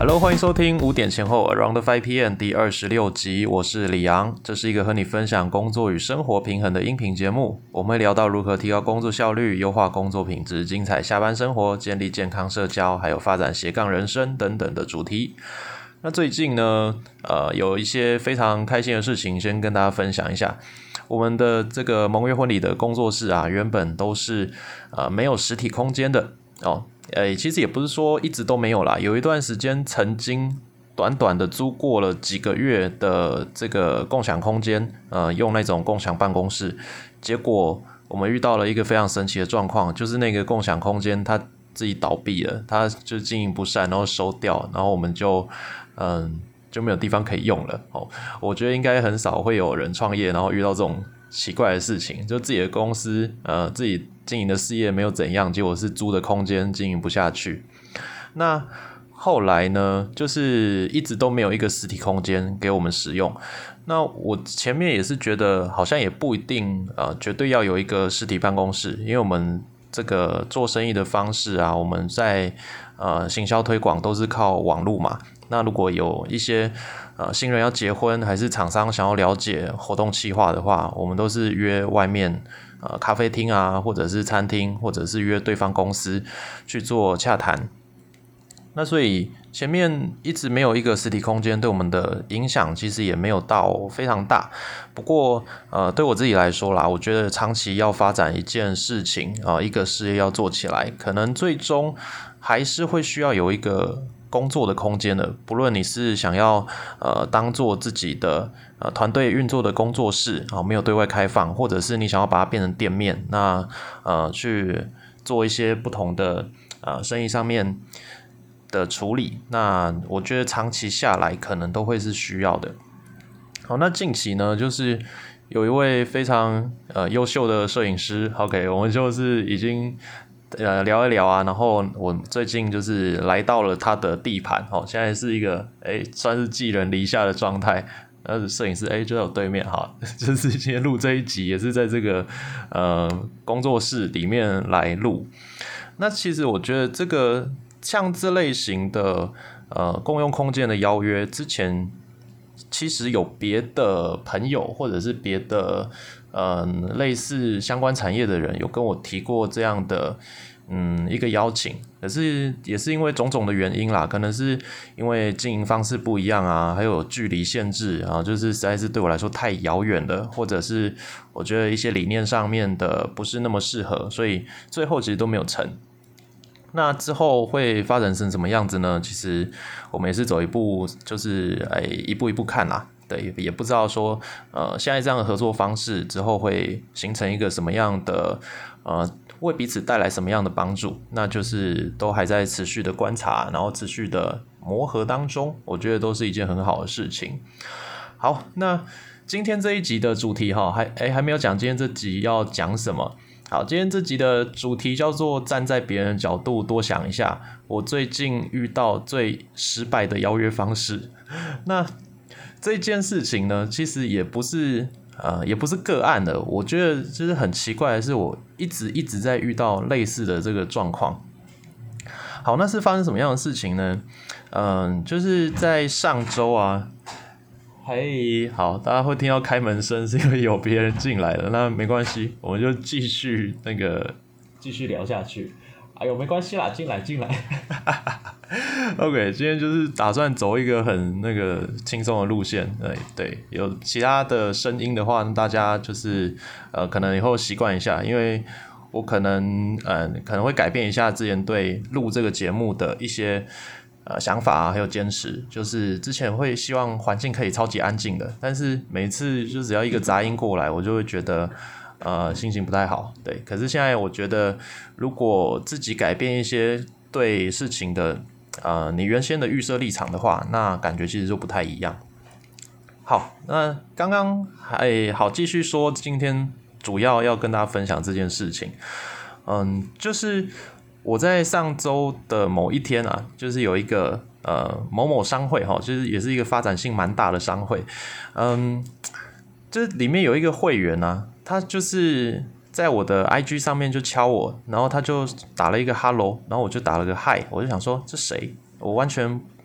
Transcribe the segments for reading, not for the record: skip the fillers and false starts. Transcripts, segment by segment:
Hello， 欢迎收听5点前后 Around 5 PM 第26集，我是李昂。这是一个和你分享工作与生活平衡的音频节目。我们会聊到如何提高工作效率、优化工作品质、精彩下班生活、建立健康社交，还有发展斜杠人生等等的主题。那最近呢，有一些非常开心的事情，先跟大家分享一下。我们的这个盟约婚礼的工作室啊，原本都是没有实体空间的哦。其实也不是说一直都没有啦，有一段时间曾经短短的租过了几个月的这个共享空间，用那种共享办公室，结果我们遇到了一个非常神奇的状况，就是那个共享空间它自己倒闭了，它就经营不善，然后收掉，然后我们就没有地方可以用了。我觉得应该很少会有人创业然后遇到这种奇怪的事情，就自己的公司自己经营的事业没有怎样，结果是租的空间经营不下去。那后来呢，就是一直都没有一个实体空间给我们使用。那我前面也是觉得好像也不一定绝对要有一个实体办公室，因为我们这个做生意的方式啊，我们在行销推广都是靠网络嘛。那如果有一些新人要结婚，还是厂商想要了解活动企划的话，我们都是约外面咖啡厅啊，或者是餐厅，或者是约对方公司去做洽谈。那所以前面一直没有一个实体空间，对我们的影响其实也没有到非常大。不过对我自己来说啦，我觉得长期要发展一件事情一个事业要做起来，可能最终还是会需要有一个工作的空间的。不论你是想要当做自己的团队运作的工作室没有对外开放，或者是你想要把它变成店面，那去做一些不同的生意上面的处理，那我觉得长期下来可能都会是需要的。好，那近期呢，就是有一位非常优秀的摄影师 ，OK， 我们就是已经聊一聊啊，然后我最近就是来到了他的地盘，现在是一个算是寄人篱下的状态。摄影师就在我对面哈，就是今天录这一集也是在这个工作室里面来录。那其实我觉得这个像这类型的共用空间的邀约，之前其实有别的朋友或者是别的类似相关产业的人有跟我提过这样的一个邀请，可是也是因为种种的原因啦，可能是因为经营方式不一样啊，还有距离限制啊，就是实在是对我来说太遥远了，或者是我觉得一些理念上面的不是那么适合，所以最后其实都没有成。那之后会发展成什么样子呢？其实我们也是走一步，就是一步一步看啦。对，也不知道说现在这样的合作方式之后会形成一个什么样的为彼此带来什么样的帮助，那就是都还在持续的观察，然后持续的磨合当中，我觉得都是一件很好的事情。好，那今天这一集的主题还没有讲今天这集要讲什么。好，今天这集的主题叫做站在别人的角度多想一下，我最近遇到最失败的邀约方式。那这件事情呢，其实也不是个案的，我觉得就是很奇怪的是，我一直在遇到类似的这个状况。好，那是发生什么样的事情呢？就是在上周啊。好，大家会听到开门声，是因为有别人进来了。那没关系，我们就继续聊下去。哎呦，没关系啦，进来。OK， 今天就是打算走一个很轻松的路线。对，有其他的声音的话，大家就是可能以后习惯一下，因为我可能会改变一下之前对录这个节目的一些想法还有坚持，就是之前会希望环境可以超级安静的，但是每次就只要一个杂音过来，我就会觉得心情不太好。对，可是现在我觉得如果自己改变一些对事情的你原先的预设立场的话，那感觉其实就不太一样。好，那刚刚好，继续说今天主要跟大家分享这件事情。就是我在上周的某一天啊，就是有一个某某商会就是也是一个发展性蛮大的商会，就是里面有一个会员啊，他就是在我的 IG 上面就敲我，然后他就打了一个 hello， 然后我就打了个 hi， 我就想说这谁？我完全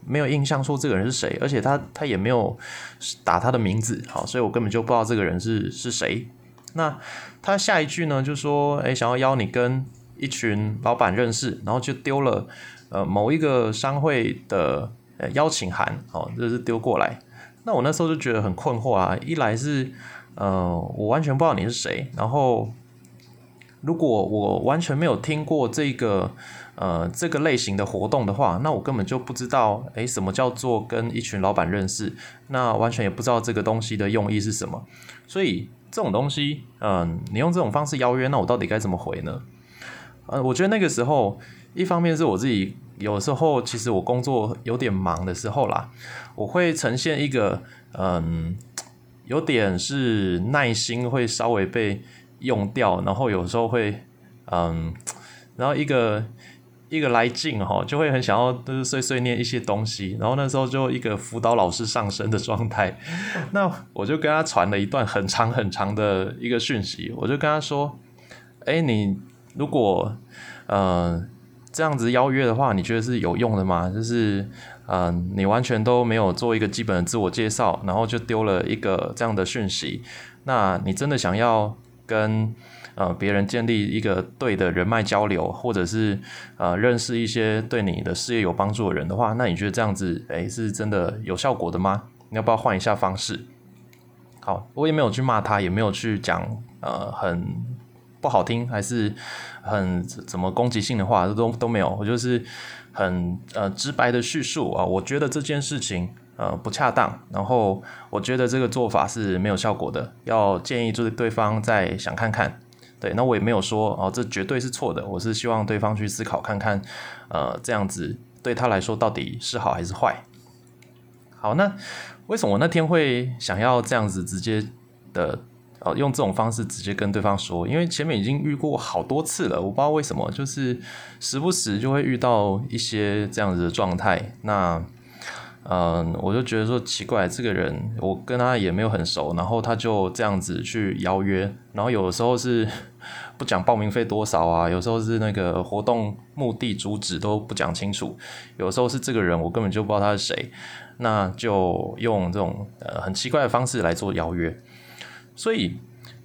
没有印象说这个人是谁，而且他也没有打他的名字，好，所以我根本就不知道这个人是谁。那他下一句呢就说，想要邀你跟一群老板认识，然后就丢了某一个商会的邀请函，这是丢过来。那我那时候就觉得很困惑啊，一来是我完全不知道你是谁，然后如果我完全没有听过这个类型的活动的话，那我根本就不知道什么叫做跟一群老板认识，那完全也不知道这个东西的用意是什么。所以这种东西你用这种方式邀约，那我到底该怎么回呢？我觉得那个时候一方面是我自己有时候其实我工作有点忙的时候啦，我会呈现一个有点是耐心会稍微被用掉，然后有时候会然后一个来劲就会很想要就是碎碎念一些东西，然后那时候就一个辅导老师上身的状态。那我就跟他传了一段很长很长的一个讯息，我就跟他说你如果这样子邀约的话，你觉得是有用的吗？就是你完全都没有做一个基本的自我介绍，然后就丢了一个这样的讯息，那你真的想要跟别人建立一个对的人脉交流，或者是认识一些对你的事业有帮助的人的话，那你觉得这样子是真的有效果的吗？你要不要换一下方式？好，我也没有去骂他，也没有去讲很不好听还是很怎么攻击性的话，都没有，我就是很直白的叙述啊，我觉得这件事情不恰当，然后我觉得这个做法是没有效果的，要建议就是对方再想看看。对，那我也没有说这绝对是错的，我是希望对方去思考看看这样子对他来说到底是好还是坏。好，那为什么我那天会想要这样子直接的用这种方式直接跟对方说？因为前面已经遇过好多次了，我不知道为什么，就是时不时就会遇到一些这样子的状态。那我就觉得说奇怪，这个人我跟他也没有很熟，然后他就这样子去邀约，然后有的时候是不讲报名费多少啊，有时候是那个活动目的主旨都不讲清楚，有的时候是这个人我根本就不知道他是谁，那就用这种很奇怪的方式来做邀约。所以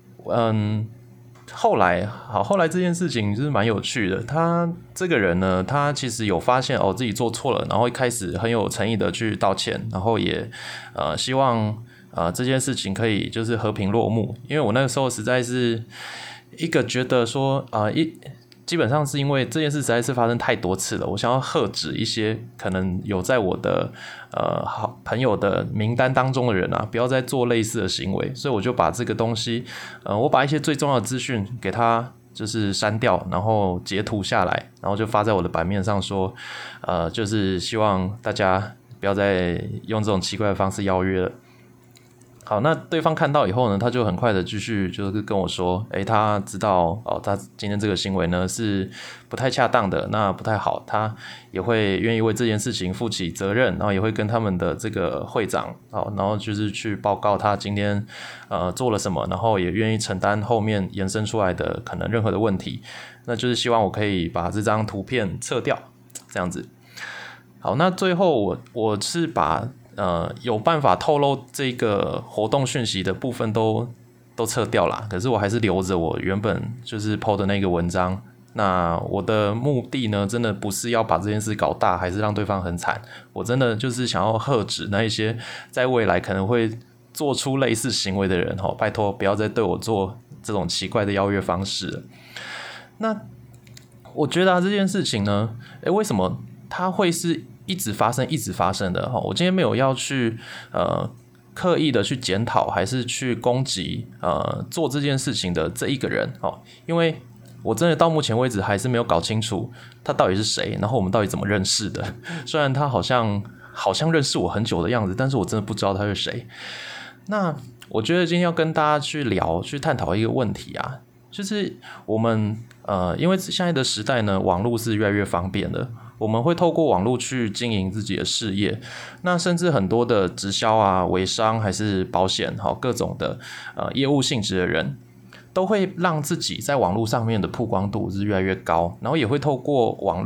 后来这件事情就是蛮有趣的。他这个人呢，他其实有发现自己做错了，然后一开始很有诚意的去道歉，然后也希望这件事情可以就是和平落幕。因为我那个时候实在是一个觉得说基本上是因为这件事实在是发生太多次了，我想要喝止一些可能有在我的好朋友的名单当中的人啊，不要再做类似的行为，所以我就把这个东西我把一些最重要的资讯给他就是删掉，然后截图下来，然后就发在我的版面上说就是希望大家不要再用这种奇怪的方式邀约了。好，那对方看到以后呢，他就很快的继续就是跟我说他知道他今天这个行为呢是不太恰当的，那不太好，他也会愿意为这件事情负起责任，然后也会跟他们的这个会长然后就是去报告他今天做了什么，然后也愿意承担后面延伸出来的可能任何的问题，那就是希望我可以把这张图片撤掉，这样子。好，那最后我是把有办法透露这个活动讯息的部分都撤掉啦，可是我还是留着我原本就是 po 的那个文章。那我的目的呢，真的不是要把这件事搞大，还是让对方很惨，我真的就是想要喝止那一些在未来可能会做出类似行为的人拜托不要再对我做这种奇怪的邀约方式了。那我觉得这件事情呢为什么它会是一直发生的我今天没有要去刻意的去检讨还是去攻击做这件事情的这一个人因为我真的到目前为止还是没有搞清楚他到底是谁，然后我们到底怎么认识的。虽然他好像认识我很久的样子，但是我真的不知道他是谁。那我觉得今天要跟大家去探讨一个问题啊，就是我们因为现在的时代呢，网络是越来越方便的，我们会透过网络去经营自己的事业，那甚至很多的直销啊、微商还是保险各种的业务性质的人，都会让自己在网络上面的曝光度是越来越高，然后也会透过网络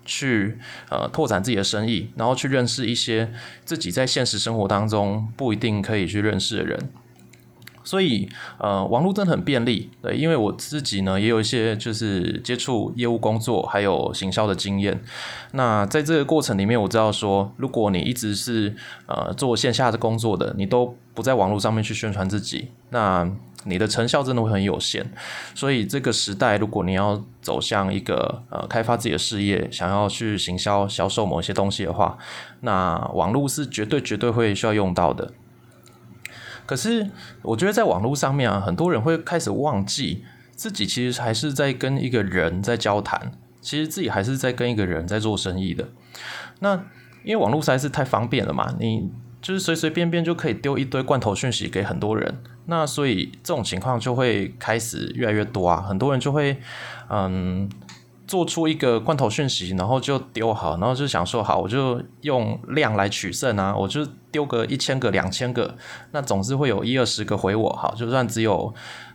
去拓展自己的生意，然后去认识一些自己在现实生活当中不一定可以去认识的人。所以网络真的很便利，对，因为我自己呢也有一些就是接触业务工作还有行销的经验。那在这个过程里面，我知道说，如果你一直是做线下的工作的，你都不在网络上面去宣传自己，那你的成效真的会很有限。所以这个时代，如果你要走向一个开发自己的事业，想要去行销销售某些东西的话，那网络是绝对会需要用到的。可是我觉得在网络上面很多人会开始忘记自己其实还是在跟一个人在交谈，其实自己还是在跟一个人在做生意的。那因为网络实在是太方便了嘛，你就是随随便便就可以丢一堆罐头讯息给很多人，那所以这种情况就会开始越来越多很多人就会做出一个罐头讯息，然后就丢好，然后就想说好，我就用量来取胜我就丢个1000个、2000个，那总是会有10-20个回我，好，就算只有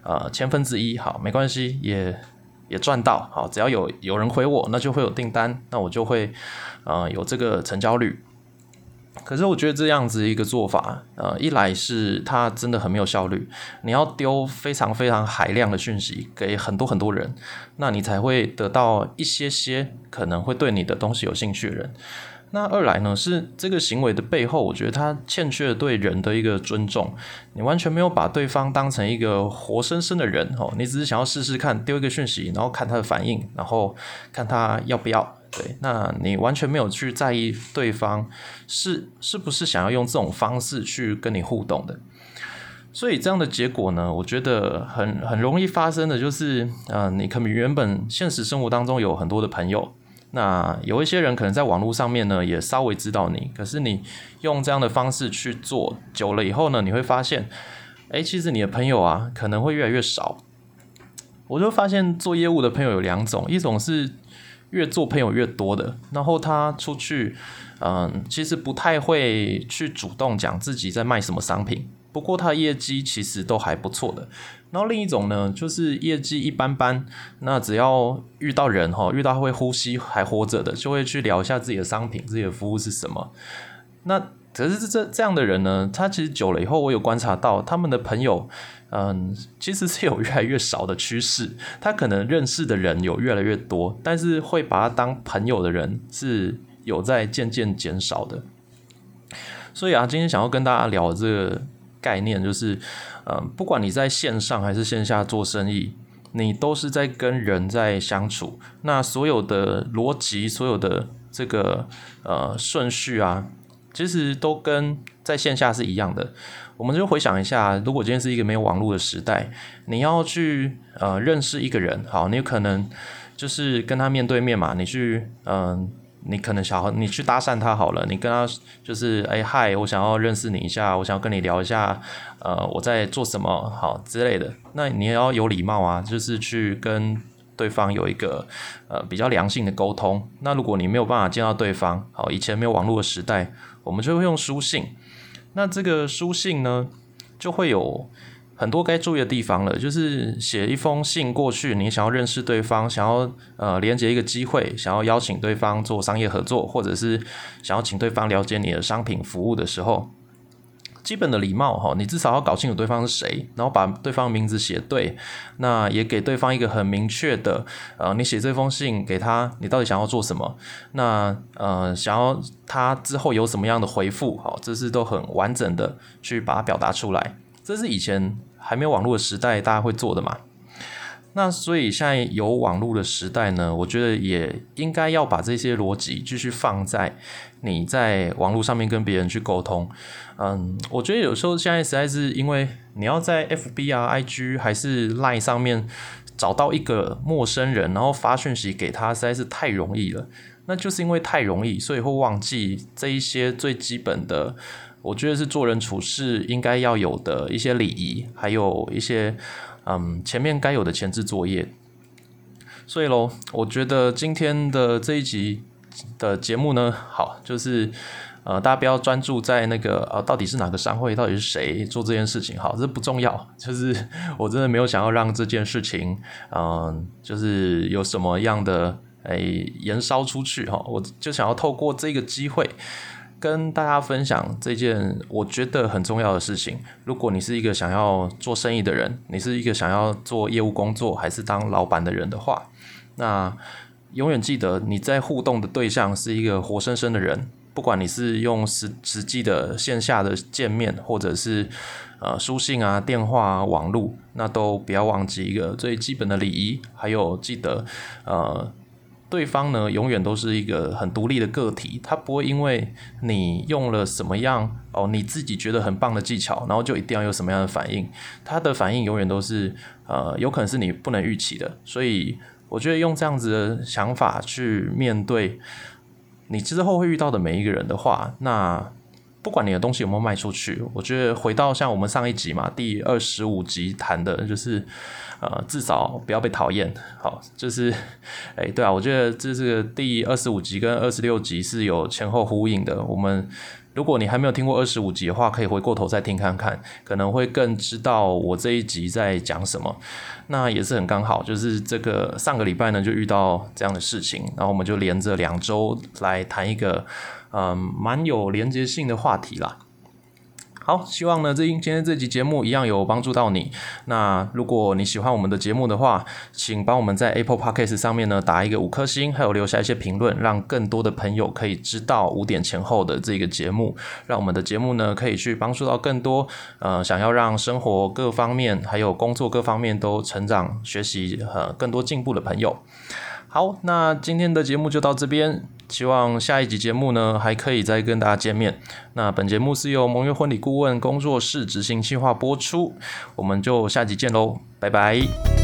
1/1000，好，没关系，也赚到，好，只要有人回我，那就会有订单，那我就会有这个成交率。可是我觉得这样子一个做法，一来是它真的很没有效率，你要丢非常非常海量的讯息给很多人，那你才会得到一些可能会对你的东西有兴趣的人。那二来呢，是这个行为的背后，我觉得它欠缺了对人的一个尊重，你完全没有把对方当成一个活生生的人你只是想要试试看，丢一个讯息，然后看他的反应，然后看他要不要。对，那你完全没有去在意对方是不是想要用这种方式去跟你互动的。所以这样的结果呢，我觉得很容易发生的就是你可能原本现实生活当中有很多的朋友，那有一些人可能在网络上面呢也稍微知道你，可是你用这样的方式去做久了以后呢，你会发现其实你的朋友可能会越来越少。我就发现做业务的朋友有2种，一种是越做朋友越多的，然后他出去其实不太会去主动讲自己在卖什么商品，不过他的业绩其实都还不错的。然后另一种呢，就是业绩一般般，那只要遇到人遇到会呼吸还活着的，就会去聊一下自己的商品、自己的服务是什么。那可是这样的人呢，他其实久了以后，我有观察到他们的朋友其实是有越来越少的趋势。他可能认识的人有越来越多，但是会把他当朋友的人是有在渐渐减少的。所以今天想要跟大家聊这个概念，就是不管你在线上还是线下做生意，你都是在跟人在相处。那所有的逻辑，所有的这个顺序其实都跟在线下是一样的。我们就回想一下，如果今天是一个没有网络的时代，你要去认识一个人，好，你有可能就是跟他面对面嘛，你去你可能你去搭讪他好了，你跟他就是嗨，我想要认识你一下，我想要跟你聊一下我在做什么好之类的。那你也要有礼貌就是去跟对方有一个比较良性的沟通。那如果你没有办法见到对方，好，以前没有网络的时代，我们就会用书信。那这个书信呢，就会有很多该注意的地方了，就是写一封信过去，你想要认识对方，想要连接一个机会，想要邀请对方做商业合作，或者是想要请对方了解你的商品服务的时候，基本的礼貌你至少要搞清楚对方是谁，然后把对方的名字写对，那也给对方一个很明确的你写这封信给他，你到底想要做什么，那想要他之后有什么样的回复，这是都很完整的去把它表达出来。这是以前还没有网络的时代大家会做的嘛。那所以现在有网络的时代呢，我觉得也应该要把这些逻辑继续放在你在网络上面跟别人去沟通。我觉得有时候现在实在是因为你要在 FB IG 还是 LINE 上面找到一个陌生人，然后发讯息给他，实在是太容易了。那就是因为太容易，所以会忘记这一些最基本的，我觉得是做人处事应该要有的一些礼仪，还有一些前面该有的前置作业。所以咯，我觉得今天的这一集的节目呢，好，就是大家不要专注在那个到底是哪个商会，到底是谁做这件事情，好，这不重要。就是我真的没有想要让这件事情就是有什么样的延烧出去我就想要透过这个机会跟大家分享这件我觉得很重要的事情。如果你是一个想要做生意的人，你是一个想要做业务工作还是当老板的人的话，那永远记得你在互动的对象是一个活生生的人，不管你是用实际的线下的见面，或者是书信啊、电话啊、网络，那都不要忘记一个最基本的礼仪，还有记得对方呢永远都是一个很独立的个体，他不会因为你用了什么样你自己觉得很棒的技巧，然后就一定要有什么样的反应，他的反应永远都是有可能是你不能预期的。所以我觉得用这样子的想法去面对你之后会遇到的每一个人的话，那不管你的东西有没有卖出去，我觉得回到像我们上一集嘛，第25集谈的就是至少不要被讨厌。好，就是对啊，我觉得这是第25集跟26集是有前后呼应的。我们如果你还没有听过25集的话，可以回过头再听看看，可能会更知道我这一集在讲什么。那也是很刚好，就是这个上个礼拜呢就遇到这样的事情，然后我们就连着2周来谈一个蛮有连结性的话题啦。好，希望呢今天这集节目一样有帮助到你。那如果你喜欢我们的节目的话，请帮我们在 Apple Podcast 上面呢打一个5颗星，还有留下一些评论，让更多的朋友可以知道5点前后的这个节目，让我们的节目呢可以去帮助到更多想要让生活各方面还有工作各方面都成长学习更多进步的朋友。好，那今天的节目就到这边，希望下一集节目呢还可以再跟大家见面。那本节目是由盟约婚礼顾问工作室执行企划播出，我们就下集见咯，拜拜。